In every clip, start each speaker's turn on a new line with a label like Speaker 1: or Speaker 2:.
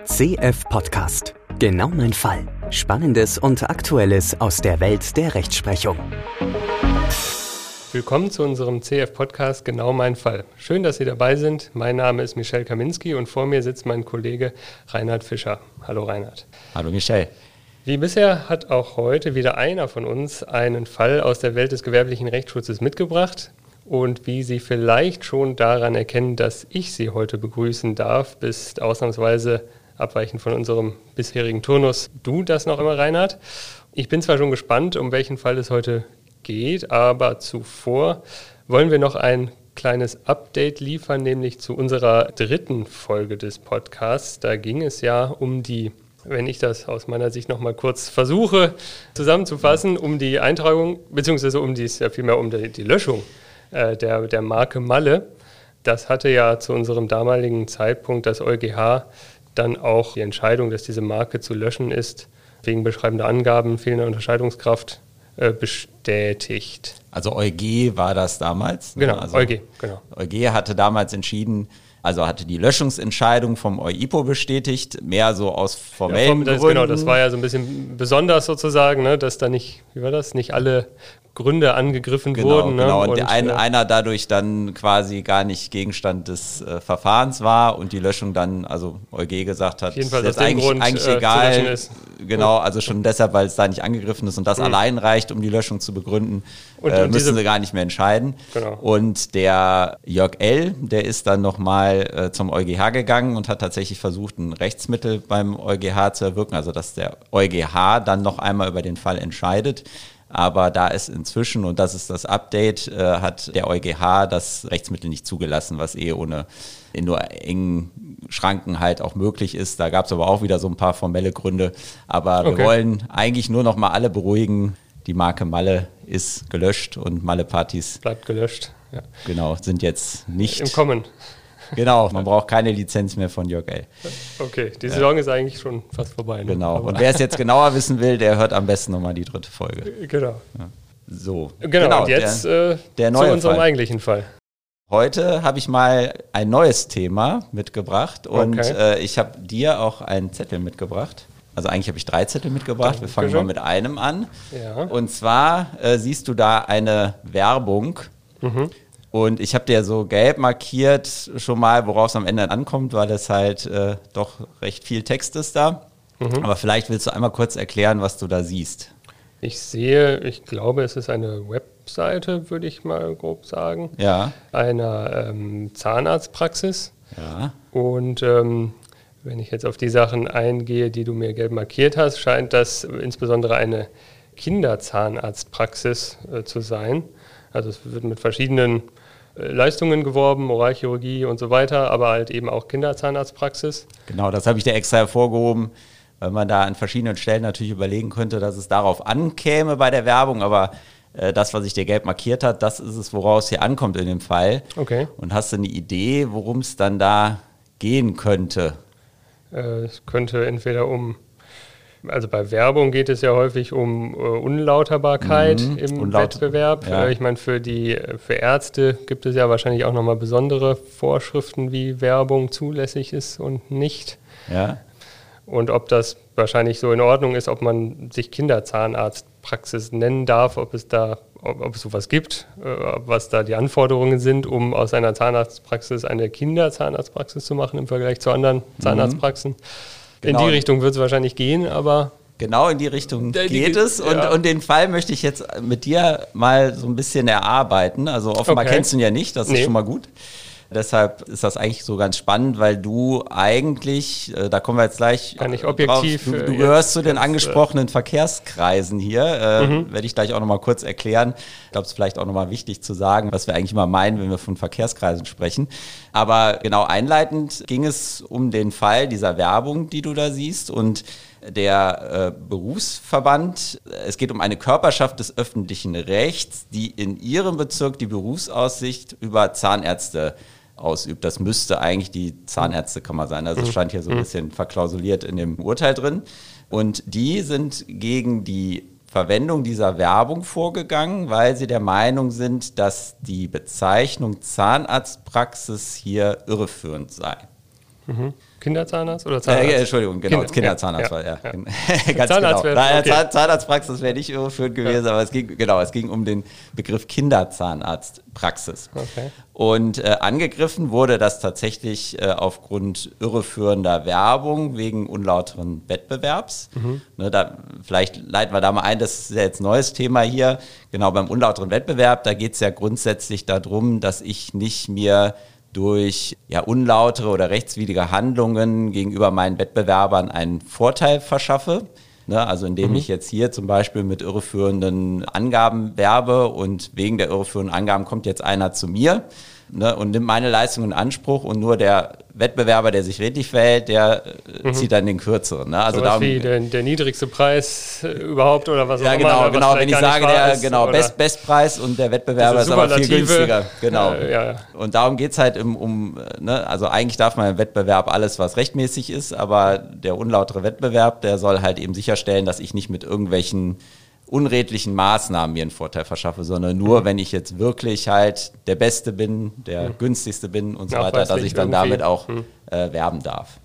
Speaker 1: CF Podcast. Genau mein Fall. Spannendes und Aktuelles aus der Welt der Rechtsprechung.
Speaker 2: Willkommen zu unserem CF Podcast Genau mein Fall. Schön, dass Sie dabei sind. Mein Name ist Michel Kaminski und vor mir sitzt mein Kollege Reinhard Fischer. Hallo Reinhard.
Speaker 3: Hallo Michel.
Speaker 2: Wie bisher hat auch heute wieder einer von uns einen Fall aus der Welt des gewerblichen Rechtsschutzes mitgebracht. Und wie Sie vielleicht schon daran erkennen, dass ich Sie heute begrüßen darf, bist ausnahmsweise abweichend von unserem bisherigen Turnus du das noch immer, Reinhard. Ich bin zwar schon gespannt, um welchen Fall es heute geht, aber zuvor wollen wir noch ein kleines Update liefern, nämlich zu unserer dritten Folge des Podcasts. Da ging es ja um die, wenn ich das aus meiner Sicht noch mal kurz versuche zusammenzufassen, um die Eintragung, beziehungsweise um die Löschung der Marke Malle. Das hatte ja zu unserem damaligen Zeitpunkt das EuGH dann auch die Entscheidung, dass diese Marke zu löschen ist, wegen beschreibender Angaben, fehlender Unterscheidungskraft, bestätigt.
Speaker 3: Also EuG war das damals?
Speaker 2: Genau,
Speaker 3: also
Speaker 2: EuG, genau.
Speaker 3: EuG hatte damals entschieden, also hatte die Löschungsentscheidung vom EuIPO bestätigt, mehr so aus formellen Gründen.
Speaker 2: Genau, das war ja so ein bisschen besonders sozusagen, ne, dass da nicht, wie war das, nicht alle Gründe angegriffen wurden.
Speaker 3: Genau,
Speaker 2: ne?
Speaker 3: und einer dadurch dann quasi gar nicht Gegenstand des Verfahrens war und die Löschung dann, also EuG gesagt hat,
Speaker 2: jedenfalls
Speaker 3: ist eigentlich egal.
Speaker 2: Ist.
Speaker 3: Genau, also schon deshalb, weil es da nicht angegriffen ist und das allein reicht, um die Löschung zu begründen, müssen sie gar nicht mehr entscheiden. Genau. Und der Jörg L., der ist dann nochmal zum EuGH gegangen und hat tatsächlich versucht, ein Rechtsmittel beim EuGH zu erwirken, also dass der EuGH dann noch einmal über den Fall entscheidet. Aber da ist inzwischen, und das ist das Update, hat der EuGH das Rechtsmittel nicht zugelassen, was ohne in nur engen Schranken halt auch möglich ist. Da gab es aber auch wieder so ein paar formelle Gründe. Aber wir wollen eigentlich nur noch mal alle beruhigen. Die Marke Malle ist gelöscht und Malle-Partys
Speaker 2: bleibt gelöscht. Ja.
Speaker 3: Genau, sind jetzt nicht
Speaker 2: im Kommen.
Speaker 3: Genau, man braucht keine Lizenz mehr von Jörg L.
Speaker 2: Okay, die Saison ist eigentlich schon fast vorbei. Ne?
Speaker 3: Genau, und wer es jetzt genauer wissen will, der hört am besten nochmal die dritte Folge.
Speaker 2: Genau.
Speaker 3: Ja. So.
Speaker 2: Genau, und jetzt der neue zu unserem eigentlichen Fall.
Speaker 3: Heute habe ich mal ein neues Thema mitgebracht und ich habe dir auch einen Zettel mitgebracht. Also eigentlich habe ich 3 Zettel mitgebracht. Wir fangen mal mit einem an. Ja. Und zwar siehst du da eine Werbung. Und ich habe dir so gelb markiert schon mal, worauf es am Ende ankommt, weil es halt doch recht viel Text ist da. Aber vielleicht willst du einmal kurz erklären, was du da siehst.
Speaker 2: Ich glaube, es ist eine Webseite, würde ich mal grob sagen.
Speaker 3: Ja.
Speaker 2: Einer Zahnarztpraxis.
Speaker 3: Ja.
Speaker 2: Und wenn ich jetzt auf die Sachen eingehe, die du mir gelb markiert hast, scheint das insbesondere eine Kinderzahnarztpraxis zu sein. Also es wird mit verschiedenen Leistungen geworben, Oralchirurgie und so weiter, aber halt eben auch Kinderzahnarztpraxis.
Speaker 3: Genau, das habe ich dir extra hervorgehoben, weil man da an verschiedenen Stellen natürlich überlegen könnte, dass es darauf ankäme bei der Werbung, aber das, was ich dir gelb markiert habe, das ist es, woraus hier ankommt in dem Fall.
Speaker 2: Okay.
Speaker 3: Und hast du eine Idee, worum es dann da gehen könnte?
Speaker 2: Es könnte entweder also bei Werbung geht es ja häufig um Unlauterbarkeit im Wettbewerb. Ja. Ich meine, für Ärzte gibt es ja wahrscheinlich auch nochmal besondere Vorschriften, wie Werbung zulässig ist und nicht.
Speaker 3: Ja.
Speaker 2: Und ob das wahrscheinlich so in Ordnung ist, ob man sich Kinderzahnarztpraxis nennen darf, ob es sowas gibt, was da die Anforderungen sind, um aus einer Zahnarztpraxis eine Kinderzahnarztpraxis zu machen im Vergleich zu anderen Zahnarztpraxen. Genau. In die Richtung wird es wahrscheinlich gehen, aber...
Speaker 3: Genau in die Richtung geht es und den Fall möchte ich jetzt mit dir mal so ein bisschen erarbeiten. Also offenbar kennst du ihn ja nicht, das ist schon mal gut. Deshalb ist das eigentlich so ganz spannend, weil du eigentlich, da kommen wir jetzt gleich
Speaker 2: kann ich objektiv
Speaker 3: drauf, du gehörst zu den angesprochenen Verkehrskreisen hier, werde ich gleich auch nochmal kurz erklären. Ich glaube, es ist vielleicht auch nochmal wichtig zu sagen, was wir eigentlich immer meinen, wenn wir von Verkehrskreisen sprechen. Aber genau einleitend ging es um den Fall dieser Werbung, die du da siehst und der Berufsverband. Es geht um eine Körperschaft des öffentlichen Rechts, die in ihrem Bezirk die Berufsaussicht über Zahnärzte ausübt. Das müsste eigentlich die Zahnärztekammer sein. Also es stand hier so ein bisschen verklausuliert in dem Urteil drin. Und die sind gegen die Verwendung dieser Werbung vorgegangen, weil sie der Meinung sind, dass die Bezeichnung Zahnarztpraxis hier irreführend sei.
Speaker 2: Kinderzahnarzt oder Zahnarzt?
Speaker 3: Entschuldigung, genau, Kinderzahnarzt war, ja. Ganz
Speaker 2: Zahnarzt
Speaker 3: genau.
Speaker 2: okay.
Speaker 3: Zahnarztpraxis wäre nicht irreführend gewesen, aber es ging um den Begriff Kinderzahnarztpraxis.
Speaker 2: Okay.
Speaker 3: Und angegriffen wurde das tatsächlich aufgrund irreführender Werbung wegen unlauteren Wettbewerbs. Vielleicht leiten wir da mal ein, das ist ja jetzt ein neues Thema hier. Genau, beim unlauteren Wettbewerb, da geht es ja grundsätzlich darum, dass ich nicht mir durch unlautere oder rechtswidrige Handlungen gegenüber meinen Wettbewerbern einen Vorteil verschaffe. Also indem ich jetzt hier zum Beispiel mit irreführenden Angaben werbe und wegen der irreführenden Angaben kommt jetzt einer zu mir und nimmt meine Leistung in Anspruch und nur der Wettbewerber, der sich redlich verhält, der zieht dann den kürzeren. Also
Speaker 2: so wie der niedrigste Preis überhaupt oder was auch immer.
Speaker 3: Ja, genau, wenn ich sage, Bestpreis und der Wettbewerber ist aber viel günstiger. Genau. Und darum geht es halt also eigentlich darf man im Wettbewerb alles, was rechtmäßig ist, aber der unlautere Wettbewerb, der soll halt eben sicherstellen, dass ich nicht mit irgendwelchen unredlichen Maßnahmen mir einen Vorteil verschaffe, sondern nur, wenn ich jetzt wirklich halt der Beste bin, der günstigste bin und so weiter, dass ich dann damit auch werben darf.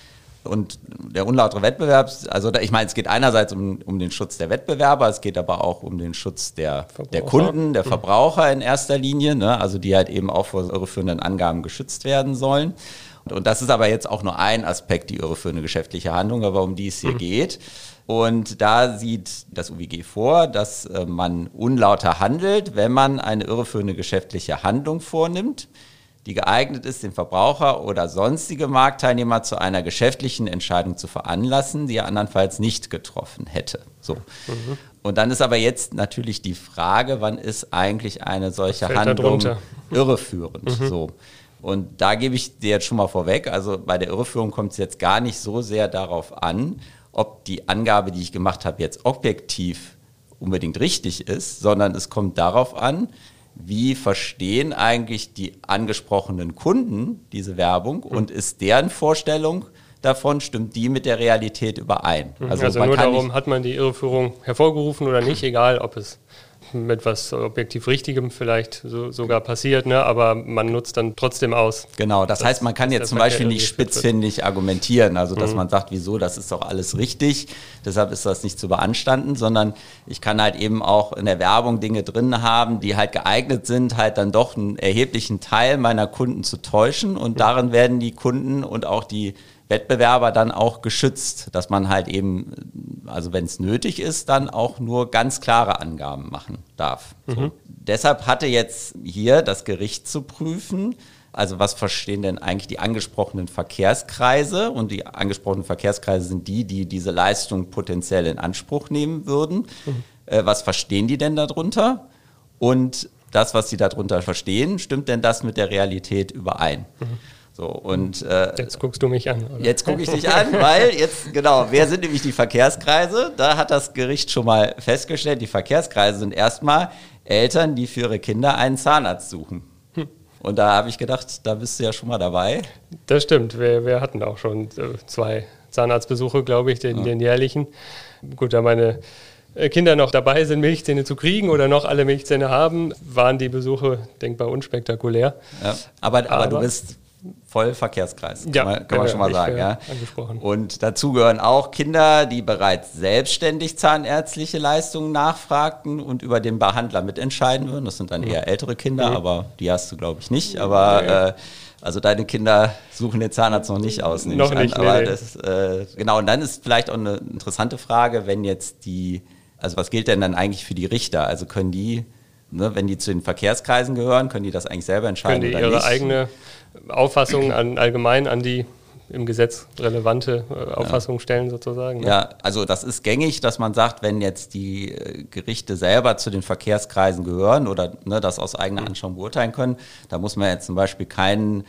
Speaker 3: Und der unlautere Wettbewerb, also ich meine, es geht einerseits um den Schutz der Wettbewerber, es geht aber auch um den Schutz der Kunden, der Verbraucher in erster Linie, also die halt eben auch vor irreführenden Angaben geschützt werden sollen. Und das ist aber jetzt auch nur ein Aspekt, die irreführende geschäftliche Handlung, aber um die es hier geht. Und da sieht das UWG vor, dass man unlauter handelt, wenn man eine irreführende geschäftliche Handlung vornimmt, die geeignet ist, den Verbraucher oder sonstige Marktteilnehmer zu einer geschäftlichen Entscheidung zu veranlassen, die er andernfalls nicht getroffen hätte. So. Und dann ist aber jetzt natürlich die Frage, wann ist eigentlich eine solche Handlung irreführend? So. Und da gebe ich dir jetzt schon mal vorweg, also bei der Irreführung kommt es jetzt gar nicht so sehr darauf an, ob die Angabe, die ich gemacht habe, jetzt objektiv unbedingt richtig ist, sondern es kommt darauf an, wie verstehen eigentlich die angesprochenen Kunden diese Werbung und ist deren Vorstellung davon, stimmt die mit der Realität überein?
Speaker 2: Also nur darum, hat man die Irreführung hervorgerufen oder nicht, egal ob es mit was objektiv Richtigem vielleicht sogar passiert, aber man nutzt dann trotzdem aus.
Speaker 3: Genau, das heißt, man kann jetzt zum Beispiel nicht spitzfindig argumentieren, also dass man sagt, wieso, das ist doch alles richtig, deshalb ist das nicht zu beanstanden, sondern ich kann halt eben auch in der Werbung Dinge drin haben, die halt geeignet sind, halt dann doch einen erheblichen Teil meiner Kunden zu täuschen und darin werden die Kunden und auch die Wettbewerber dann auch geschützt, dass man halt eben, also wenn es nötig ist, dann auch nur ganz klare Angaben machen darf. So. Deshalb hatte jetzt hier das Gericht zu prüfen, also was verstehen denn eigentlich die angesprochenen Verkehrskreise? Und die angesprochenen Verkehrskreise sind die diese Leistung potenziell in Anspruch nehmen würden. Was verstehen die denn darunter? Und das, was sie darunter verstehen, stimmt denn das mit der Realität überein? So, und
Speaker 2: jetzt guckst du mich an, oder?
Speaker 3: Jetzt gucke ich dich an, weil jetzt, genau, wer sind nämlich die Verkehrskreise? Da hat das Gericht schon mal festgestellt, die Verkehrskreise sind erstmal Eltern, die für ihre Kinder einen Zahnarzt suchen. Und da habe ich gedacht, da bist du ja schon mal dabei.
Speaker 2: Das stimmt, wir hatten auch schon 2 Zahnarztbesuche, glaube ich, den jährlichen. Gut, da meine Kinder noch dabei sind, Milchzähne zu kriegen oder noch alle Milchzähne haben, waren die Besuche denkbar unspektakulär.
Speaker 3: Ja, aber du bist voll Verkehrskreis, kann man schon mal sagen. Ja.
Speaker 2: Angesprochen.
Speaker 3: Und dazu gehören auch Kinder, die bereits selbstständig zahnärztliche Leistungen nachfragten und über den Behandler mitentscheiden würden. Das sind dann eher ältere Kinder, aber die hast du, glaube ich, nicht. Aber also deine Kinder suchen den Zahnarzt noch nicht aus, nehme ich an. Aber das, genau, und dann ist vielleicht auch eine interessante Frage, wenn jetzt also was gilt denn dann eigentlich für die Richter? Also können die, wenn die zu den Verkehrskreisen gehören, können die das eigentlich selber entscheiden
Speaker 2: oder nicht?
Speaker 3: Können
Speaker 2: die ihre eigene Auffassung allgemein an die im Gesetz relevante Auffassung stellen sozusagen? Ne?
Speaker 3: Ja, also das ist gängig, dass man sagt, wenn jetzt die Gerichte selber zu den Verkehrskreisen gehören oder das aus eigener Anschauung beurteilen können, da muss man jetzt zum Beispiel kein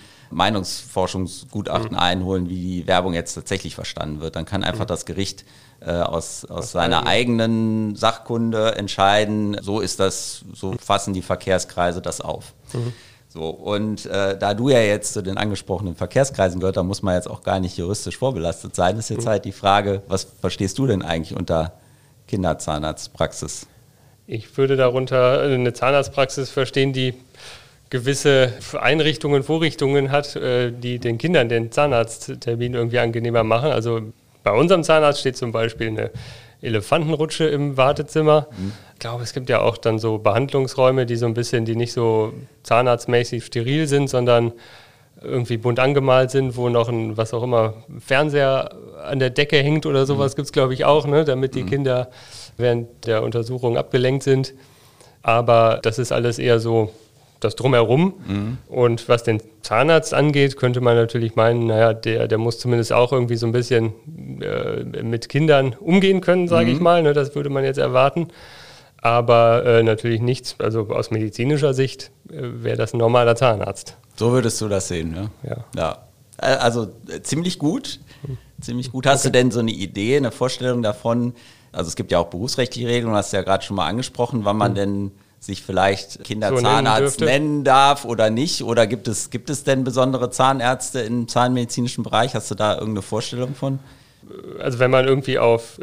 Speaker 3: Meinungsforschungsgutachten einholen, wie die Werbung jetzt tatsächlich verstanden wird. Dann kann einfach das Gericht aus seiner eigenen Sachkunde entscheiden, so fassen die Verkehrskreise das auf. So, und da du ja jetzt zu den angesprochenen Verkehrskreisen gehört, da muss man jetzt auch gar nicht juristisch vorbelastet sein. Das ist jetzt halt die Frage, was verstehst du denn eigentlich unter Kinderzahnarztpraxis?
Speaker 2: Ich würde darunter eine Zahnarztpraxis verstehen, die gewisse Einrichtungen, Vorrichtungen hat, die den Kindern den Zahnarzttermin irgendwie angenehmer machen. Also bei unserem Zahnarzt steht zum Beispiel eine Elefantenrutsche im Wartezimmer. Ich glaube, es gibt ja auch dann so Behandlungsräume, die nicht so zahnarztmäßig steril sind, sondern irgendwie bunt angemalt sind, wo noch ein, was auch immer, Fernseher an der Decke hängt oder sowas gibt es, glaube ich, auch, ne, damit die Kinder während der Untersuchung abgelenkt sind. Aber das ist alles eher so das Drumherum. Und was den Zahnarzt angeht, könnte man natürlich meinen, naja, der muss zumindest auch irgendwie so ein bisschen mit Kindern umgehen können, sage ich mal. Ne, das würde man jetzt erwarten. Aber natürlich nichts, also aus medizinischer Sicht wäre das ein normaler Zahnarzt.
Speaker 3: So würdest du das sehen, ne? Ja. Also ziemlich gut. Ziemlich gut. Hast du denn so eine Idee, eine Vorstellung davon? Also es gibt ja auch berufsrechtliche Regelungen, hast du ja gerade schon mal angesprochen, wann man denn sich vielleicht Kinderzahnarzt nennen darf oder nicht? Oder gibt es denn besondere Zahnärzte im zahnmedizinischen Bereich? Hast du da irgendeine Vorstellung von?
Speaker 2: Also wenn man irgendwie auf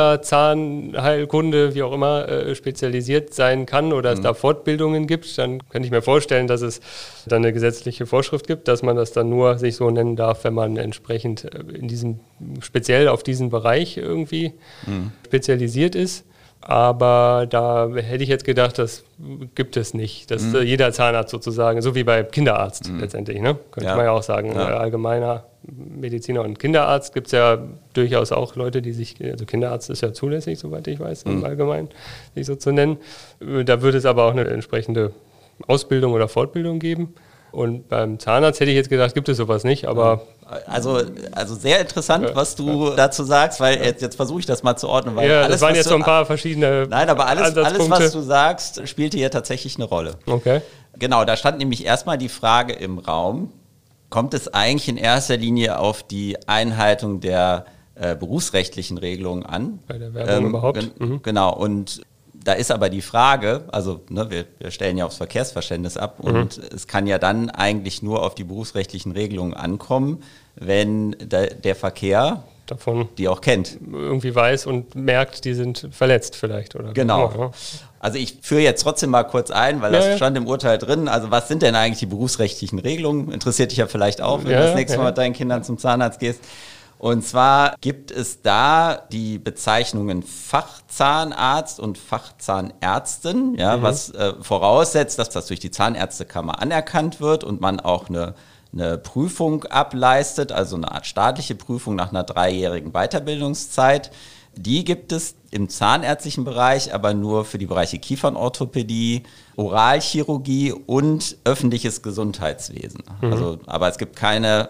Speaker 2: Kinderzahnheilkunde, wie auch immer, spezialisiert sein kann oder es da Fortbildungen gibt, dann kann ich mir vorstellen, dass es dann eine gesetzliche Vorschrift gibt, dass man das dann nur sich so nennen darf, wenn man entsprechend speziell auf diesen Bereich irgendwie spezialisiert ist. Aber da hätte ich jetzt gedacht, das gibt es nicht. Dass jeder Zahnarzt sozusagen, so wie bei Kinderarzt letztendlich, ne? Könnte man ja auch sagen, allgemeiner Mediziner und Kinderarzt gibt es ja durchaus auch Leute, also Kinderarzt ist ja zulässig, soweit ich weiß, im Allgemeinen, sich so zu nennen. Da würde es aber auch eine entsprechende Ausbildung oder Fortbildung geben. Und beim Zahnarzt hätte ich jetzt gedacht, gibt es sowas nicht, aber...
Speaker 3: Also sehr interessant, was du dazu sagst, weil jetzt versuche ich das mal zu ordnen. Weil
Speaker 2: das waren jetzt so ein paar verschiedene
Speaker 3: Nein, aber alles, was du sagst, spielte hier tatsächlich eine Rolle.
Speaker 2: Okay.
Speaker 3: Genau, da stand nämlich erstmal die Frage im Raum, kommt es eigentlich in erster Linie auf die Einhaltung der berufsrechtlichen Regelungen an?
Speaker 2: Bei der Werbung überhaupt?
Speaker 3: Genau, und da ist aber die Frage, also wir stellen ja aufs Verkehrsverständnis ab und es kann ja dann eigentlich nur auf die berufsrechtlichen Regelungen ankommen, wenn der Verkehr
Speaker 2: davon
Speaker 3: die auch kennt.
Speaker 2: Irgendwie weiß und merkt, die sind verletzt vielleicht. Oder
Speaker 3: genau.
Speaker 2: Ja.
Speaker 3: Also ich führe jetzt trotzdem mal kurz ein, weil das stand im Urteil drin. Also was sind denn eigentlich die berufsrechtlichen Regelungen? Interessiert dich ja vielleicht auch, wenn du das nächste Mal mit deinen Kindern zum Zahnarzt gehst. Und zwar gibt es da die Bezeichnungen Fachzahnarzt und Fachzahnärztin, was voraussetzt, dass das durch die Zahnärztekammer anerkannt wird und man auch eine Prüfung ableistet, also eine Art staatliche Prüfung nach einer 3-jährigen Weiterbildungszeit. Die gibt es im zahnärztlichen Bereich, aber nur für die Bereiche Kiefernorthopädie, Oralchirurgie und öffentliches Gesundheitswesen. Also, aber es gibt keine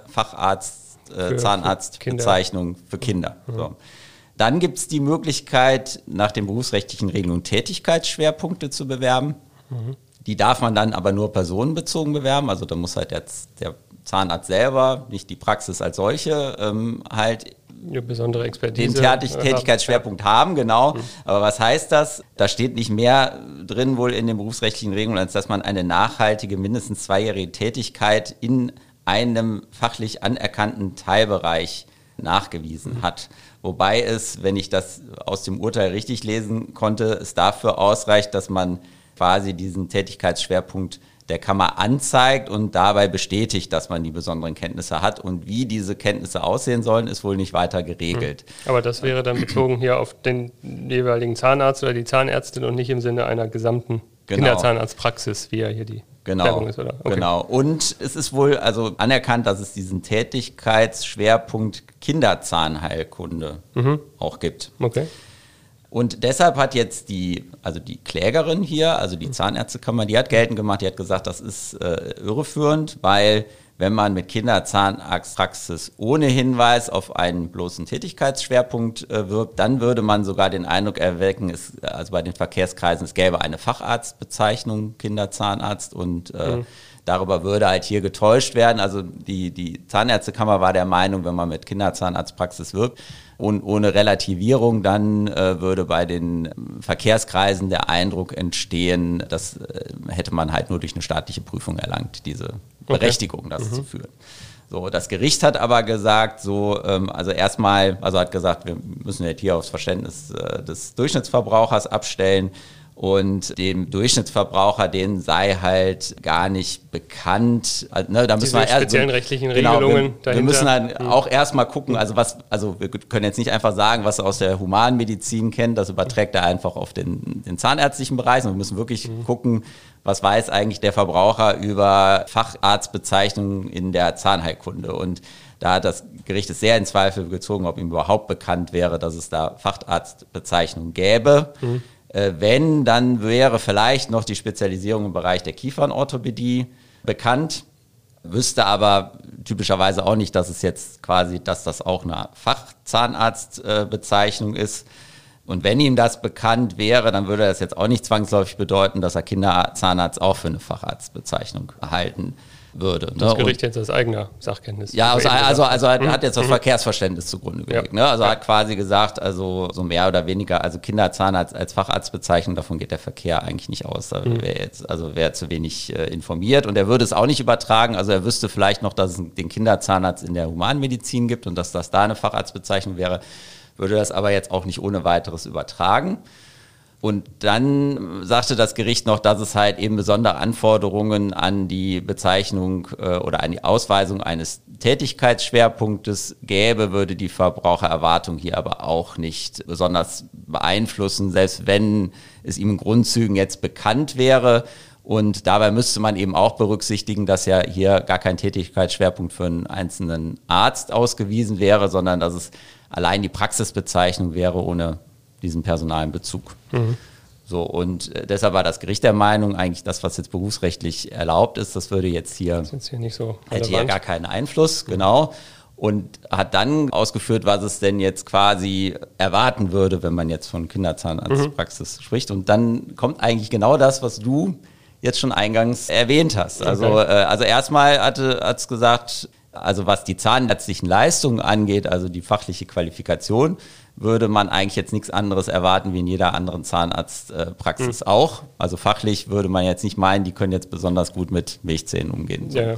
Speaker 3: Zahnarztbezeichnung für Kinder. So. Dann gibt es die Möglichkeit, nach den berufsrechtlichen Regelungen Tätigkeitsschwerpunkte zu bewerben. Die darf man dann aber nur personenbezogen bewerben. Also da muss halt jetzt der Zahnarzt selber, nicht die Praxis als solche, halt
Speaker 2: eine besondere Expertise
Speaker 3: den Tätigkeitsschwerpunkt haben, genau. Aber was heißt das? Da steht nicht mehr drin wohl in den berufsrechtlichen Regelungen, als dass man eine nachhaltige, mindestens 2-jährige Tätigkeit in einem fachlich anerkannten Teilbereich nachgewiesen hat. Wobei es, wenn ich das aus dem Urteil richtig lesen konnte, es dafür ausreicht, dass man quasi diesen Tätigkeitsschwerpunkt der Kammer anzeigt und dabei bestätigt, dass man die besonderen Kenntnisse hat. Und wie diese Kenntnisse aussehen sollen, ist wohl nicht weiter geregelt.
Speaker 2: Aber das wäre dann bezogen hier auf den jeweiligen Zahnarzt oder die Zahnärztin und nicht im Sinne einer gesamten Kinderzahnarztpraxis, wie ja hier die Werbung ist, oder? Okay.
Speaker 3: Genau. Und es ist wohl also anerkannt, dass es diesen Tätigkeitsschwerpunkt Kinderzahnheilkunde auch gibt.
Speaker 2: Okay.
Speaker 3: Und deshalb hat jetzt die Klägerin hier, also die Zahnärztekammer, die hat geltend gemacht, die hat gesagt, das ist irreführend, weil wenn man mit Kinderzahnarztpraxis ohne Hinweis auf einen bloßen Tätigkeitsschwerpunkt wirbt, dann würde man sogar den Eindruck erwecken, also bei den Verkehrskreisen, es gäbe eine Facharztbezeichnung, Kinderzahnarzt, und darüber würde halt hier getäuscht werden. Also die Zahnärztekammer war der Meinung, wenn man mit Kinderzahnarztpraxis wirbt und ohne Relativierung, dann würde bei den Verkehrskreisen der Eindruck entstehen, das hätte man halt nur durch eine staatliche Prüfung erlangt, diese Berechtigung, das zu führen. So, das Gericht hat aber gesagt, hat gesagt, wir müssen jetzt hier aufs Verständnis des Durchschnittsverbrauchers abstellen. Und dem Durchschnittsverbraucher, denen sei halt gar nicht bekannt. Ne, da müssen wir
Speaker 2: speziellen rechtlichen Regelungen
Speaker 3: dahinter. Wir müssen halt auch erstmal gucken, also wir können jetzt nicht einfach sagen, was er aus der Humanmedizin kennt, das überträgt er einfach auf den zahnärztlichen Bereich. Und wir müssen wirklich gucken, was weiß eigentlich der Verbraucher über Facharztbezeichnungen in der Zahnheilkunde. Und da hat das Gericht es sehr in Zweifel gezogen, ob ihm überhaupt bekannt wäre, dass es da Facharztbezeichnungen gäbe. Wenn, dann wäre vielleicht noch die Spezialisierung im Bereich der Kiefernorthopädie bekannt, wüsste aber typischerweise auch nicht, dass es jetzt quasi, dass das auch eine Fachzahnarztbezeichnung ist. Und wenn ihm das bekannt wäre, dann würde das jetzt auch nicht zwangsläufig bedeuten, dass er Kinderzahnarzt auch für eine Facharztbezeichnung erhalten würde.
Speaker 2: Das Gericht jetzt aus eigener Sachkenntnis.
Speaker 3: Ja, also hat jetzt das Verkehrsverständnis zugrunde gelegt. Ja. Ne? Also hat quasi gesagt, also so mehr oder weniger, also Kinderzahnarzt als Facharztbezeichnung, davon geht der Verkehr eigentlich nicht aus. Da wäre zu wenig informiert und er würde es auch nicht übertragen. Also er wüsste vielleicht noch, dass es den Kinderzahnarzt in der Humanmedizin gibt und dass das da eine Facharztbezeichnung wäre, würde das aber jetzt auch nicht ohne weiteres übertragen. Und dann sagte das Gericht noch, dass es halt eben besondere Anforderungen an die Bezeichnung oder an die Ausweisung eines Tätigkeitsschwerpunktes gäbe, würde die Verbrauchererwartung hier aber auch nicht besonders beeinflussen, selbst wenn es ihm in Grundzügen jetzt bekannt wäre. Und dabei müsste man eben auch berücksichtigen, dass ja hier gar kein Tätigkeitsschwerpunkt für einen einzelnen Arzt ausgewiesen wäre, sondern dass es allein die Praxisbezeichnung wäre ohne diesen personalen Bezug. So, und deshalb war das Gericht der Meinung, eigentlich das, was jetzt berufsrechtlich erlaubt ist, das würde jetzt hier,
Speaker 2: nicht so
Speaker 3: hätte hier gar keinen Einfluss, genau. Und hat dann ausgeführt, was es denn jetzt quasi erwarten würde, wenn man jetzt von Kinderzahnarztpraxis spricht. Und dann kommt eigentlich genau das, was du jetzt schon eingangs erwähnt hast. Also erstmal hat es gesagt, also was die zahnärztlichen Leistungen angeht, also die fachliche Qualifikation, würde man eigentlich jetzt nichts anderes erwarten wie in jeder anderen Zahnarztpraxis auch. Also fachlich würde man jetzt nicht meinen, die können jetzt besonders gut mit Milchzähnen umgehen. So. Ja.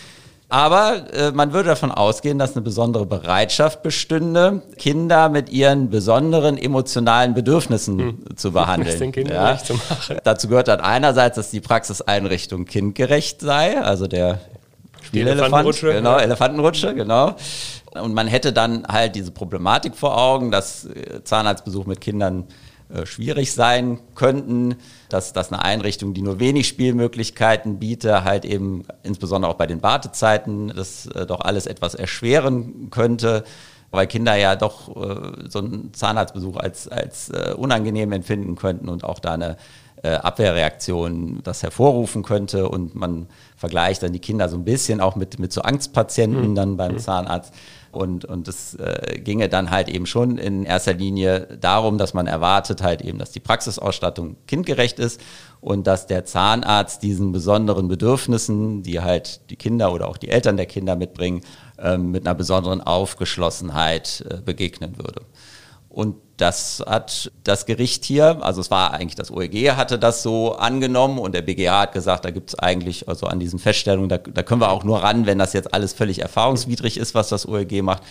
Speaker 3: Aber man würde davon ausgehen, dass eine besondere Bereitschaft bestünde, Kinder mit ihren besonderen emotionalen Bedürfnissen zu behandeln.
Speaker 2: Den Kindern nicht zu machen.
Speaker 3: Dazu gehört dann einerseits, dass die Praxiseinrichtung kindgerecht sei, also der Spielelefant, Elefantenrutsche, genau. Und man hätte dann halt diese Problematik vor Augen, dass Zahnarztbesuche mit Kindern schwierig sein könnten, dass das eine Einrichtung, die nur wenig Spielmöglichkeiten bietet, halt eben insbesondere auch bei den Wartezeiten, das doch alles etwas erschweren könnte, weil Kinder ja doch so einen Zahnarztbesuch als unangenehm empfinden könnten und auch da eine Abwehrreaktion das hervorrufen könnte. Und man vergleicht dann die Kinder so ein bisschen auch mit so Angstpatienten dann beim Zahnarzt. Und es ginge dann halt eben schon in erster Linie darum, dass man erwartet halt eben, dass die Praxisausstattung kindgerecht ist und dass der Zahnarzt diesen besonderen Bedürfnissen, die halt die Kinder oder auch die Eltern der Kinder mitbringen, mit einer besonderen Aufgeschlossenheit begegnen würde. Und das hat das Gericht hier, also es war eigentlich das OEG, hatte das so angenommen und der BGH hat gesagt, da gibt es eigentlich, also an diesen Feststellungen, da können wir auch nur ran, wenn das jetzt alles völlig erfahrungswidrig ist, was das OEG macht.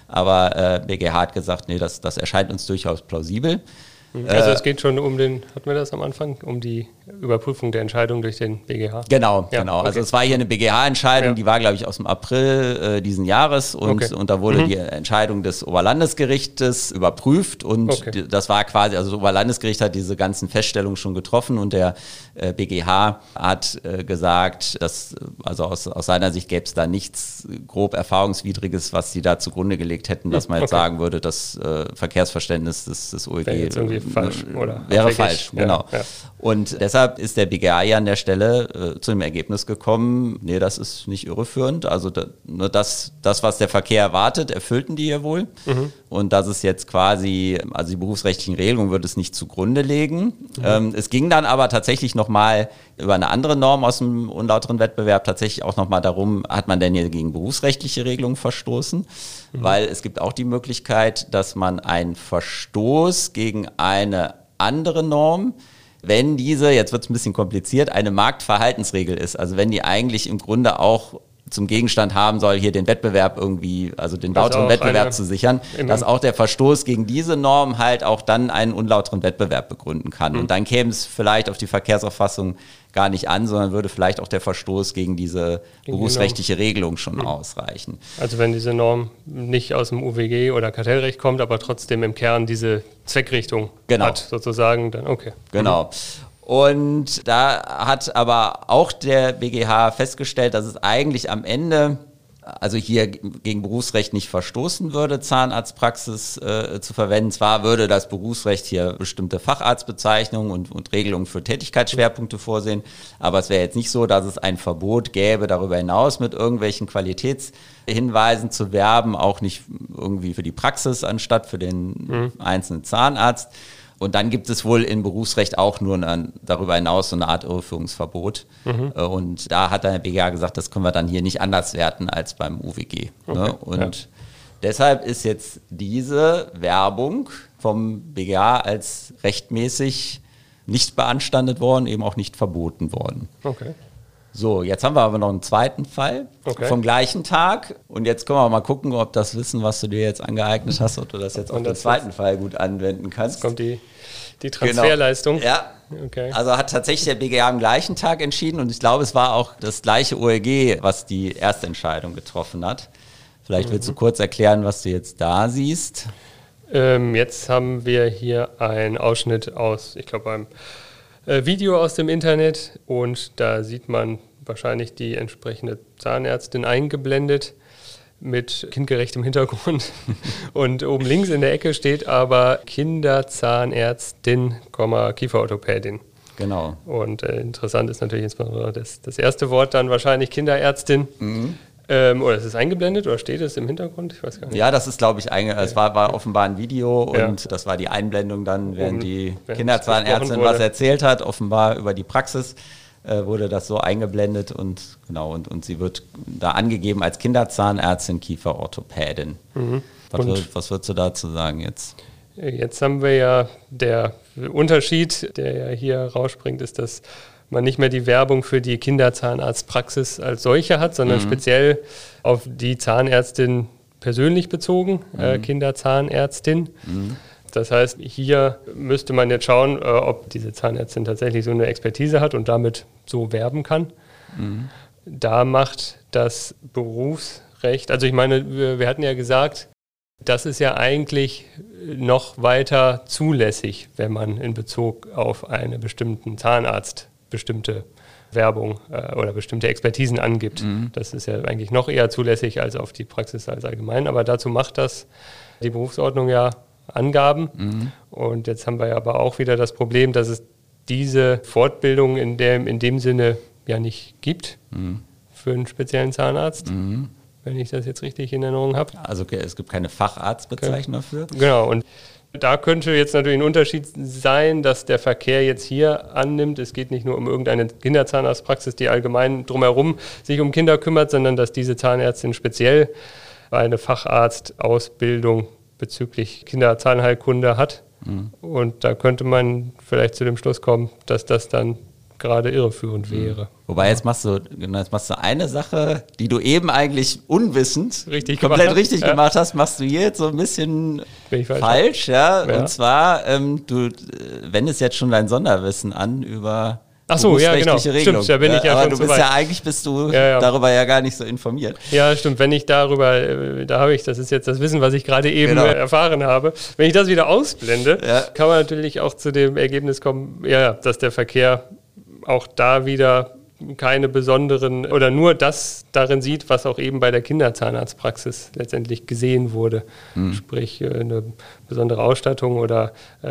Speaker 3: Aber BGH hat gesagt, nee, das erscheint uns durchaus plausibel.
Speaker 2: Also es geht schon hatten wir das am Anfang, um die Überprüfung der Entscheidung durch den BGH?
Speaker 3: Genau. Okay. Also es war hier eine BGH-Entscheidung, die war, glaube ich, aus dem April diesen Jahres und da wurde die Entscheidung des Oberlandesgerichtes überprüft und das war quasi, also das Oberlandesgericht hat diese ganzen Feststellungen schon getroffen und der BGH hat gesagt, dass, also aus seiner Sicht gäbe es da nichts grob Erfahrungswidriges, was sie da zugrunde gelegt hätten, dass man jetzt sagen würde, das Verkehrsverständnis des OEG
Speaker 2: falsch, oder?
Speaker 3: Wäre falsch, genau. Ja. Und deshalb ist der BGH ja an der Stelle zu dem Ergebnis gekommen, nee, das ist nicht irreführend. Also nur das, was der Verkehr erwartet, erfüllten die ja wohl. Und das ist jetzt quasi, also die berufsrechtlichen Regelungen würde es nicht zugrunde legen. Es ging dann aber tatsächlich nochmal über eine andere Norm aus dem unlauteren Wettbewerb tatsächlich auch nochmal darum, hat man denn hier gegen berufsrechtliche Regelungen verstoßen? Weil es gibt auch die Möglichkeit, dass man einen Verstoß gegen eine andere Norm, wenn diese, jetzt wird es ein bisschen kompliziert, eine Marktverhaltensregel ist, also wenn die eigentlich im Grunde auch zum Gegenstand haben soll, hier den Wettbewerb irgendwie, also den lauteren Wettbewerb zu sichern, dass auch der Verstoß gegen diese Norm halt auch dann einen unlauteren Wettbewerb begründen kann. Und dann käme es vielleicht auf die Verkehrsauffassung gar nicht an, sondern würde vielleicht auch der Verstoß gegen diese berufsrechtliche Regelung schon ausreichen.
Speaker 2: Also wenn diese Norm nicht aus dem UWG oder Kartellrecht kommt, aber trotzdem im Kern diese Zweckrichtung hat, sozusagen, dann okay.
Speaker 3: Genau. Und da hat aber auch der BGH festgestellt, dass es eigentlich am Ende, also hier gegen Berufsrecht nicht verstoßen würde, Zahnarztpraxis zu verwenden. Zwar würde das Berufsrecht hier bestimmte Facharztbezeichnungen und Regelungen für Tätigkeitsschwerpunkte vorsehen, aber es wäre jetzt nicht so, dass es ein Verbot gäbe, darüber hinaus mit irgendwelchen Qualitätshinweisen zu werben, auch nicht irgendwie für die Praxis anstatt für den einzelnen Zahnarzt. Und dann gibt es wohl im Berufsrecht auch nur darüber hinaus so eine Art Irreführungsverbot. Und da hat der BGH gesagt, das können wir dann hier nicht anders werten als beim UWG. Okay. Und deshalb ist jetzt diese Werbung vom BGH als rechtmäßig nicht beanstandet worden, eben auch nicht verboten worden.
Speaker 2: Okay.
Speaker 3: So, jetzt haben wir aber noch einen zweiten Fall vom gleichen Tag. Und jetzt können wir mal gucken, ob das Wissen, was du dir jetzt angeeignet hast, ob du das jetzt auf den zweiten Fall gut anwenden kannst.
Speaker 2: Jetzt kommt die Transferleistung.
Speaker 3: Genau. Ja, okay. Also hat tatsächlich der BGH am gleichen Tag entschieden. Und ich glaube, es war auch das gleiche OLG, was die erste Entscheidung getroffen hat. Vielleicht willst du kurz erklären, was du jetzt da siehst.
Speaker 2: Jetzt haben wir hier einen Ausschnitt aus, ich glaube, einem Video aus dem Internet, und da sieht man wahrscheinlich die entsprechende Zahnärztin eingeblendet mit kindgerechtem Hintergrund. Und oben links in der Ecke steht aber Kinderzahnärztin, Kieferorthopädin.
Speaker 3: Genau.
Speaker 2: Und interessant ist natürlich insbesondere das erste Wort dann wahrscheinlich Kinderärztin. Oder ist es eingeblendet oder steht es im Hintergrund? Ich weiß gar nicht.
Speaker 3: Ja, das ist, glaube ich, es war offenbar ein Video und das war die Einblendung dann, während die Kinderzahnärztin was erzählt hat, offenbar über die Praxis, wurde das so eingeblendet und sie wird da angegeben als Kinderzahnärztin, Kieferorthopädin. Was würdest du dazu sagen jetzt?
Speaker 2: Jetzt haben wir ja der Unterschied, der ja hier rausspringt, ist, dass man nicht mehr die Werbung für die Kinderzahnarztpraxis als solche hat, sondern speziell auf die Zahnärztin persönlich bezogen, Kinderzahnärztin. Das heißt, hier müsste man jetzt schauen, ob diese Zahnärztin tatsächlich so eine Expertise hat und damit so werben kann. Da macht das Berufsrecht, also ich meine, wir hatten ja gesagt, das ist ja eigentlich noch weiter zulässig, wenn man in Bezug auf einen bestimmten Zahnarzt bestimmte Werbung oder bestimmte Expertisen angibt. Das ist ja eigentlich noch eher zulässig als auf die Praxis als allgemein, aber dazu macht das die Berufsordnung ja Angaben. Und jetzt haben wir ja aber auch wieder das Problem, dass es diese Fortbildung in dem Sinne ja nicht gibt für einen speziellen Zahnarzt, wenn ich das jetzt richtig in Erinnerung habe.
Speaker 3: Also es gibt keine Facharztbezeichnung dafür?
Speaker 2: Genau, und da könnte jetzt natürlich ein Unterschied sein, dass der Verkehr jetzt hier annimmt. Es geht nicht nur um irgendeine Kinderzahnarztpraxis, die allgemein drumherum sich um Kinder kümmert, sondern dass diese Zahnärztin speziell eine Facharztausbildung bezüglich Kinderzahnheilkunde hat. Und da könnte man vielleicht zu dem Schluss kommen, dass das dann gerade irreführend wäre.
Speaker 3: Wobei jetzt machst du eine Sache, die du eben eigentlich unwissend komplett richtig gemacht hast, machst du hier jetzt so ein bisschen falsch. Und zwar, du wendest jetzt schon dein Sonderwissen an über berufsrechtliche Regelung.
Speaker 2: Stimmt, da bin ich ja
Speaker 3: aber
Speaker 2: schon
Speaker 3: du bist du darüber ja gar nicht so informiert.
Speaker 2: Ja, stimmt. Wenn ich darüber, das ist jetzt das Wissen, was ich gerade eben erfahren habe. Wenn ich das wieder ausblende, kann man natürlich auch zu dem Ergebnis kommen, dass der Verkehr auch da wieder keine besonderen oder nur das darin sieht, was auch eben bei der Kinderzahnarztpraxis letztendlich gesehen wurde. Sprich eine besondere Ausstattung oder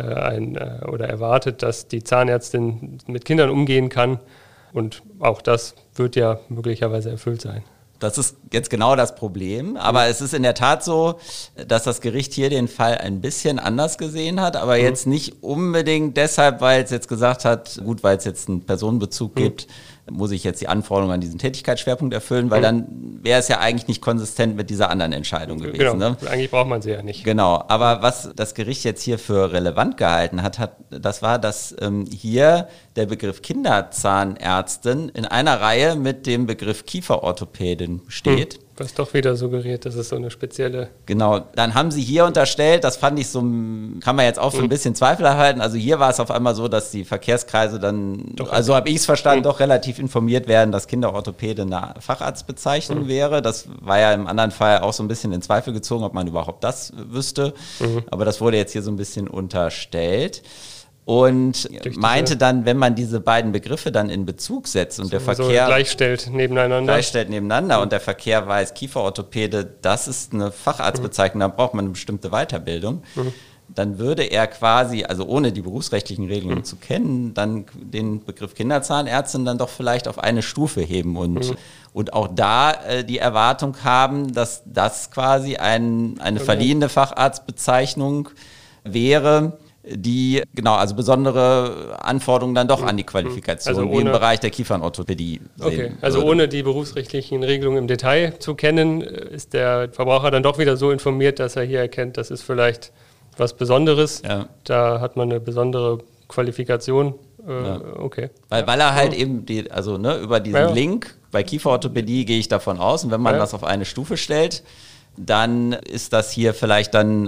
Speaker 2: erwartet, dass die Zahnärztin mit Kindern umgehen kann. Und auch das wird ja möglicherweise erfüllt sein.
Speaker 3: Das ist jetzt genau das Problem, aber es ist in der Tat so, dass das Gericht hier den Fall ein bisschen anders gesehen hat, aber jetzt nicht unbedingt deshalb, weil es jetzt gesagt hat, gut, weil es jetzt einen Personenbezug gibt, muss ich jetzt die Anforderungen an diesen Tätigkeitsschwerpunkt erfüllen, weil dann wäre es ja eigentlich nicht konsistent mit dieser anderen Entscheidung gewesen.
Speaker 2: Genau,
Speaker 3: ne?
Speaker 2: Eigentlich braucht man sie ja nicht.
Speaker 3: Genau, aber was das Gericht jetzt hier für relevant gehalten hat, das war, dass hier der Begriff Kinderzahnärztin in einer Reihe mit dem Begriff Kieferorthopädin steht.
Speaker 2: Was doch wieder suggeriert, dass es so eine spezielle...
Speaker 3: Genau, dann haben sie hier unterstellt, das fand ich so, kann man jetzt auch für ein bisschen Zweifel erhalten, also hier war es auf einmal so, dass die Verkehrskreise dann, doch, also habe ich es verstanden, doch relativ informiert werden, dass Kinderorthopäde eine Facharztbezeichnung wäre. Das war ja im anderen Fall auch so ein bisschen in Zweifel gezogen, ob man überhaupt das wüsste, aber das wurde jetzt hier so ein bisschen unterstellt. Und meinte dann, wenn man diese beiden Begriffe dann in Bezug setzt und der Verkehr
Speaker 2: gleichstellt nebeneinander
Speaker 3: und der Verkehr weiß, Kieferorthopäde, das ist eine Facharztbezeichnung, da braucht man eine bestimmte Weiterbildung, dann würde er quasi, also ohne die berufsrechtlichen Regelungen zu kennen, dann den Begriff Kinderzahnärztin dann doch vielleicht auf eine Stufe heben und auch da die Erwartung haben, dass das quasi eine verliehene Facharztbezeichnung wäre, die, genau, also besondere Anforderungen dann doch an die Qualifikation, also wie im Bereich der Kiefernorthopädie sehen
Speaker 2: also
Speaker 3: würde.
Speaker 2: Ohne die berufsrechtlichen Regelungen im Detail zu kennen, ist der Verbraucher dann doch wieder so informiert, dass er hier erkennt, das ist vielleicht was Besonderes. Ja. Da hat man eine besondere Qualifikation. Okay.
Speaker 3: Weil er halt eben über diesen Link bei Kieferorthopädie gehe ich davon aus, und wenn man das auf eine Stufe stellt, dann ist das hier vielleicht dann,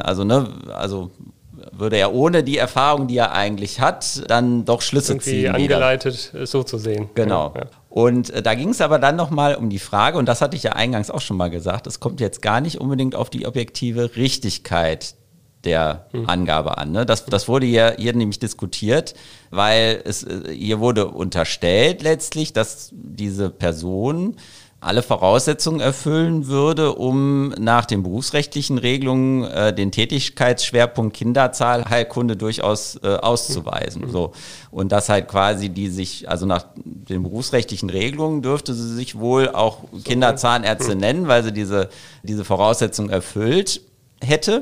Speaker 3: würde er ohne die Erfahrung, die er eigentlich hat, dann doch Schlüsse
Speaker 2: irgendwie
Speaker 3: ziehen.
Speaker 2: Angeleitet, so zu sehen.
Speaker 3: Genau. Ja. Und da ging es aber dann nochmal um die Frage, und das hatte ich ja eingangs auch schon mal gesagt, es kommt jetzt gar nicht unbedingt auf die objektive Richtigkeit der Angabe an. Ne? Das wurde hier nämlich diskutiert, weil hier wurde unterstellt letztlich, dass diese Person alle Voraussetzungen erfüllen würde, um nach den berufsrechtlichen Regelungen den Tätigkeitsschwerpunkt Kinderzahnheilkunde durchaus auszuweisen. So. Und das halt quasi nach den berufsrechtlichen Regelungen dürfte sie sich wohl auch Kinderzahnärztin nennen, weil sie diese Voraussetzungen erfüllt hätte.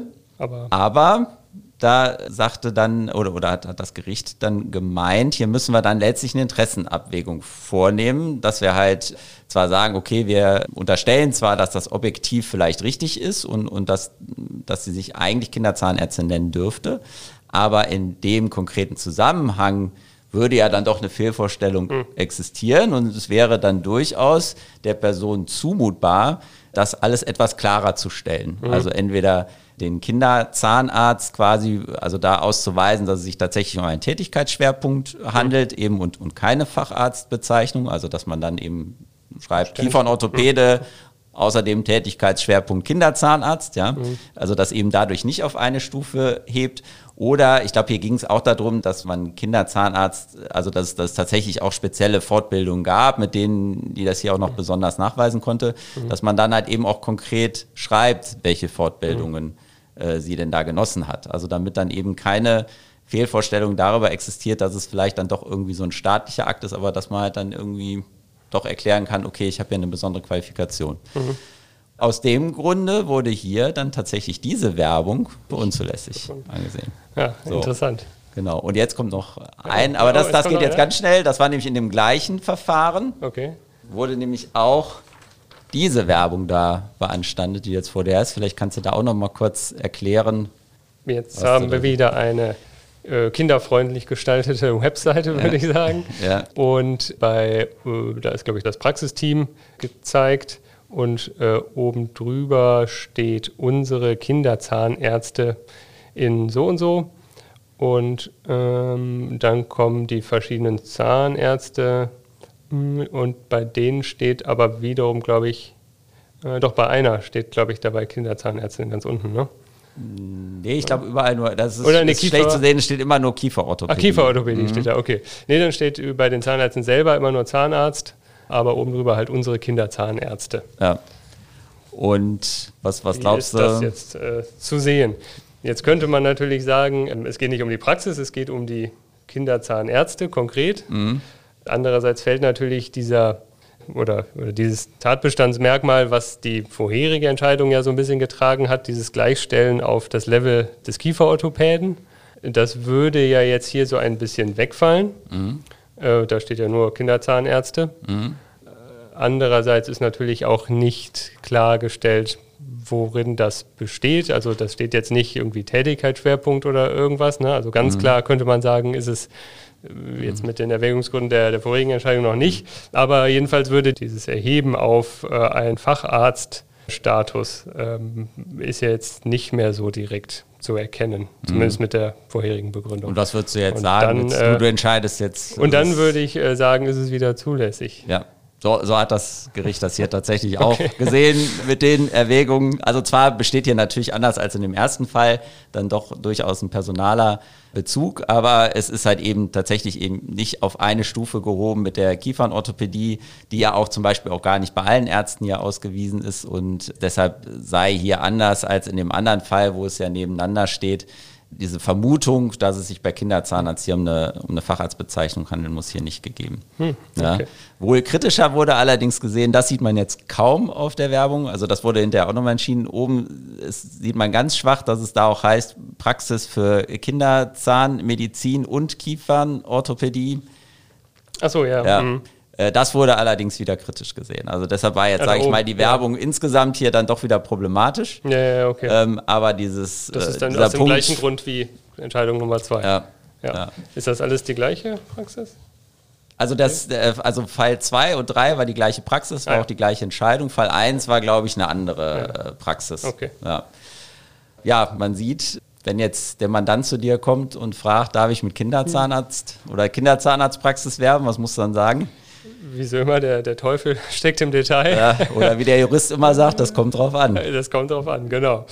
Speaker 3: Aber da sagte dann, oder hat das Gericht dann gemeint, hier müssen wir dann letztlich eine Interessenabwägung vornehmen, dass wir halt zwar sagen, okay, wir unterstellen zwar, dass das objektiv vielleicht richtig ist und dass sie sich eigentlich Kinderzahnärztin nennen dürfte, aber in dem konkreten Zusammenhang würde ja dann doch eine Fehlvorstellung existieren und es wäre dann durchaus der Person zumutbar, das alles etwas klarer zu stellen. Also entweder den Kinderzahnarzt quasi, also da auszuweisen, dass es sich tatsächlich um einen Tätigkeitsschwerpunkt handelt, eben und keine Facharztbezeichnung, also dass man dann eben schreibt Kiefernorthopäde, außerdem Tätigkeitsschwerpunkt Kinderzahnarzt, ja, also das eben dadurch nicht auf eine Stufe hebt. Oder ich glaube, hier ging es auch darum, dass man Kinderzahnarzt, also dass es tatsächlich auch spezielle Fortbildungen gab, mit denen, die das hier auch noch besonders nachweisen konnte, dass man dann halt eben auch konkret schreibt, welche Fortbildungen sie denn da genossen hat. Also damit dann eben keine Fehlvorstellung darüber existiert, dass es vielleicht dann doch irgendwie so ein staatlicher Akt ist, aber dass man halt dann irgendwie doch erklären kann, okay, ich habe ja eine besondere Qualifikation. Aus dem Grunde wurde hier dann tatsächlich diese Werbung für unzulässig angesehen.
Speaker 2: Ja, so. Interessant.
Speaker 3: Genau, und jetzt kommt noch aber das geht jetzt ganz schnell, das war nämlich in dem gleichen Verfahren, wurde nämlich auch diese Werbung da beanstandet, die jetzt vor der ist. Vielleicht kannst du da auch noch mal kurz erklären.
Speaker 2: Jetzt haben wir wieder eine kinderfreundlich gestaltete Webseite, würde ich sagen. Ja. Und da ist, glaube ich, das Praxisteam gezeigt. Und oben drüber steht unsere Kinderzahnärzte in so und so. Und dann kommen die verschiedenen Zahnärzte. Und bei denen steht aber wiederum, glaube ich, bei einer steht, glaube ich, dabei Kinderzahnärztin ganz unten, ne?
Speaker 3: Nee, ich glaube überall nur, das ist schlecht zu sehen, steht immer nur Kieferorthopädie.
Speaker 2: Kieferorthopädie steht da, okay. Nee, dann steht bei den Zahnärzten selber immer nur Zahnarzt, aber oben drüber halt unsere Kinderzahnärzte. Ja.
Speaker 3: Und was glaubst du?
Speaker 2: Wie ist das jetzt zu sehen? Jetzt könnte man natürlich sagen, es geht nicht um die Praxis, es geht um die Kinderzahnärzte konkret. Andererseits fällt natürlich dieses Tatbestandsmerkmal, was die vorherige Entscheidung ja so ein bisschen getragen hat, dieses Gleichstellen auf das Level des Kieferorthopäden. Das würde ja jetzt hier so ein bisschen wegfallen. Da steht ja nur Kinderzahnärzte. Andererseits ist natürlich auch nicht klargestellt, worin das besteht. Also das steht jetzt nicht irgendwie Tätigkeitsschwerpunkt oder irgendwas. Ne? Also ganz klar könnte man sagen, ist es jetzt mit den Erwägungsgründen der vorigen Entscheidung noch nicht. Aber jedenfalls würde dieses Erheben auf einen Facharztstatus ist ja jetzt nicht mehr so direkt zu erkennen. Zumindest mit der vorherigen Begründung.
Speaker 3: Und was würdest du jetzt sagen? Du entscheidest jetzt.
Speaker 2: Und dann würde ich sagen, ist es wieder zulässig.
Speaker 3: Ja. So hat das Gericht das hier tatsächlich auch gesehen mit den Erwägungen. Also zwar besteht hier natürlich anders als in dem ersten Fall dann doch durchaus ein personaler Bezug, aber es ist halt eben tatsächlich eben nicht auf eine Stufe gehoben mit der Kiefernorthopädie, die ja auch zum Beispiel auch gar nicht bei allen Ärzten hier ausgewiesen ist und deshalb sei hier anders als in dem anderen Fall, wo es ja nebeneinander steht. Diese Vermutung, dass es sich bei Kinderzahnarzt hier um eine Facharztbezeichnung handeln muss, hier nicht gegeben.
Speaker 2: Okay.
Speaker 3: Ja. Wohl kritischer wurde allerdings gesehen, das sieht man jetzt kaum auf der Werbung, also das wurde hinterher auch nochmal entschieden, oben sieht man ganz schwach, dass es da auch heißt, Praxis für Kinderzahnmedizin und Kiefernorthopädie.
Speaker 2: Ach so, ja.
Speaker 3: Das wurde allerdings wieder kritisch gesehen. Also deshalb war jetzt, sage ich mal, die Werbung insgesamt hier dann doch wieder problematisch.
Speaker 2: Ja, okay.
Speaker 3: Aber
Speaker 2: das ist dann aus dem gleichen Grund wie Entscheidung Nummer 2.
Speaker 3: Ja.
Speaker 2: Ist das alles die gleiche Praxis?
Speaker 3: Also Fall 2 und 3 war die gleiche Praxis, war auch die gleiche Entscheidung. Fall 1 war, glaube ich, eine andere Praxis.
Speaker 2: Okay.
Speaker 3: Ja, man sieht, wenn jetzt der Mandant zu dir kommt und fragt, darf ich mit Kinderzahnarzt oder Kinderzahnarztpraxis werben, was musst du dann sagen?
Speaker 2: Wie so immer, der Teufel steckt im Detail.
Speaker 3: Ja, oder wie der Jurist immer sagt, das kommt drauf an.
Speaker 2: Das kommt drauf an, genau.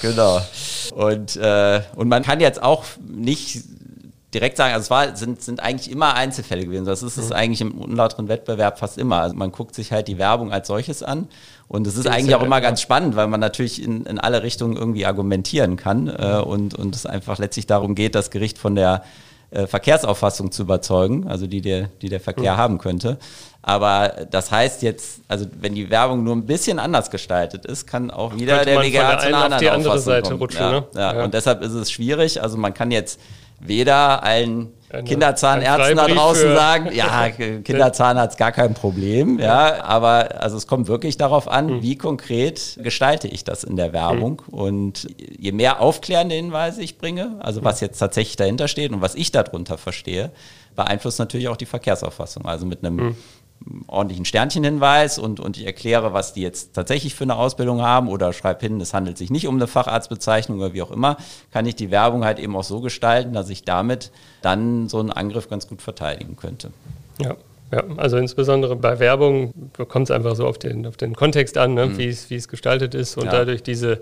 Speaker 3: Und man kann jetzt auch nicht direkt sagen, also sind eigentlich immer Einzelfälle gewesen. Das ist es eigentlich im unlauteren Wettbewerb fast immer. Also man guckt sich halt die Werbung als solches an. Und es ist eigentlich auch immer ganz spannend, weil man natürlich in alle Richtungen irgendwie argumentieren kann. Und es einfach letztlich darum geht, das Gericht von der Verkehrsauffassung zu überzeugen, also die der Verkehr haben könnte. Aber das heißt jetzt, also wenn die Werbung nur ein bisschen anders gestaltet ist, kann auch wieder der WGA zu einer anderen
Speaker 2: andere
Speaker 3: Auffassung
Speaker 2: Seite
Speaker 3: kommen.
Speaker 2: rutschen. Ne?
Speaker 3: Und deshalb ist es schwierig. Also man kann jetzt weder allen Kinderzahnärzten da draußen sagen, ja, Kinderzahnarzt gar kein Problem, aber also es kommt wirklich darauf an, wie konkret gestalte ich das in der Werbung und je mehr aufklärende Hinweise ich bringe, also was jetzt tatsächlich dahinter steht und was ich darunter verstehe, beeinflusst natürlich auch die Verkehrsauffassung, also mit einem ordentlichen Sternchenhinweis und ich erkläre, was die jetzt tatsächlich für eine Ausbildung haben oder schreibe hin, es handelt sich nicht um eine Facharztbezeichnung oder wie auch immer, kann ich die Werbung halt eben auch so gestalten, dass ich damit dann so einen Angriff ganz gut verteidigen könnte.
Speaker 2: Ja, also insbesondere bei Werbung kommt es einfach so auf den Kontext an, ne? Wie es gestaltet ist und dadurch diese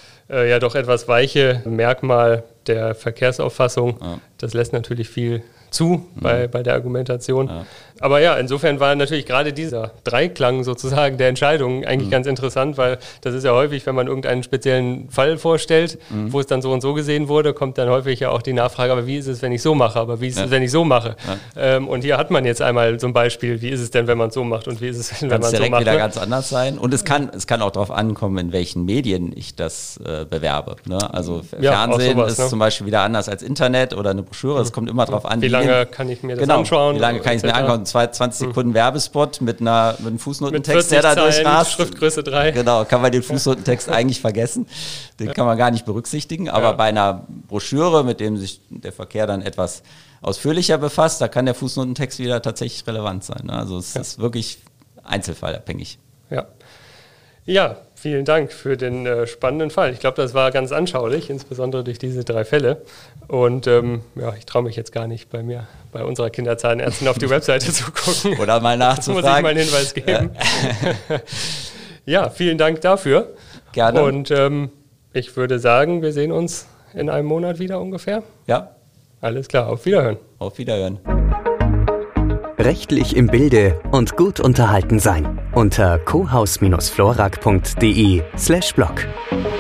Speaker 2: doch etwas weiche Merkmal der Verkehrsauffassung, das lässt natürlich viel zu bei der Argumentation. Ja. Aber ja, insofern war natürlich gerade dieser Dreiklang sozusagen der Entscheidung eigentlich ganz interessant, weil das ist ja häufig, wenn man irgendeinen speziellen Fall vorstellt, wo es dann so und so gesehen wurde, kommt dann häufig ja auch die Nachfrage, aber wie ist es, wenn ich so mache? Aber wie ist es, wenn ich so mache? Ja. Und hier hat man jetzt einmal so ein Beispiel, wie ist es denn, wenn man es so macht und wie ist es, wenn man so macht? Kann direkt
Speaker 3: wieder ganz anders sein. Und es kann auch darauf ankommen, in welchen Medien ich das bewerbe. Ne? Also Fernsehen ist zum Beispiel wieder anders als Internet oder eine Broschüre. Es kommt immer darauf an,
Speaker 2: wie lange kann ich mir das anschauen?
Speaker 3: Wie lange kann ich es mir anschauen? 20 Sekunden Werbespot mit einem Fußnotentext, der da durchrast.
Speaker 2: Schriftgröße 3.
Speaker 3: Genau, kann man den Fußnotentext eigentlich vergessen. Den kann man gar nicht berücksichtigen. Aber bei einer Broschüre, mit dem sich der Verkehr dann etwas ausführlicher befasst, da kann der Fußnotentext wieder tatsächlich relevant sein. Also es ist wirklich einzelfallabhängig.
Speaker 2: Ja, vielen Dank für den spannenden Fall. Ich glaube, das war ganz anschaulich, insbesondere durch diese 3 Fälle. Und ich traue mich jetzt gar nicht bei unserer Kinderzahnärztin auf die Webseite zu gucken.
Speaker 3: Oder mal nachzufragen.
Speaker 2: Da muss ich mal einen Hinweis geben. Ja, vielen Dank dafür.
Speaker 3: Gerne.
Speaker 2: Und ich würde sagen, wir sehen uns in einem Monat wieder ungefähr.
Speaker 3: Ja.
Speaker 2: Alles klar, auf Wiederhören.
Speaker 3: Auf Wiederhören.
Speaker 1: Rechtlich im Bilde und gut unterhalten sein. Unter cohaus-florak.de/blog.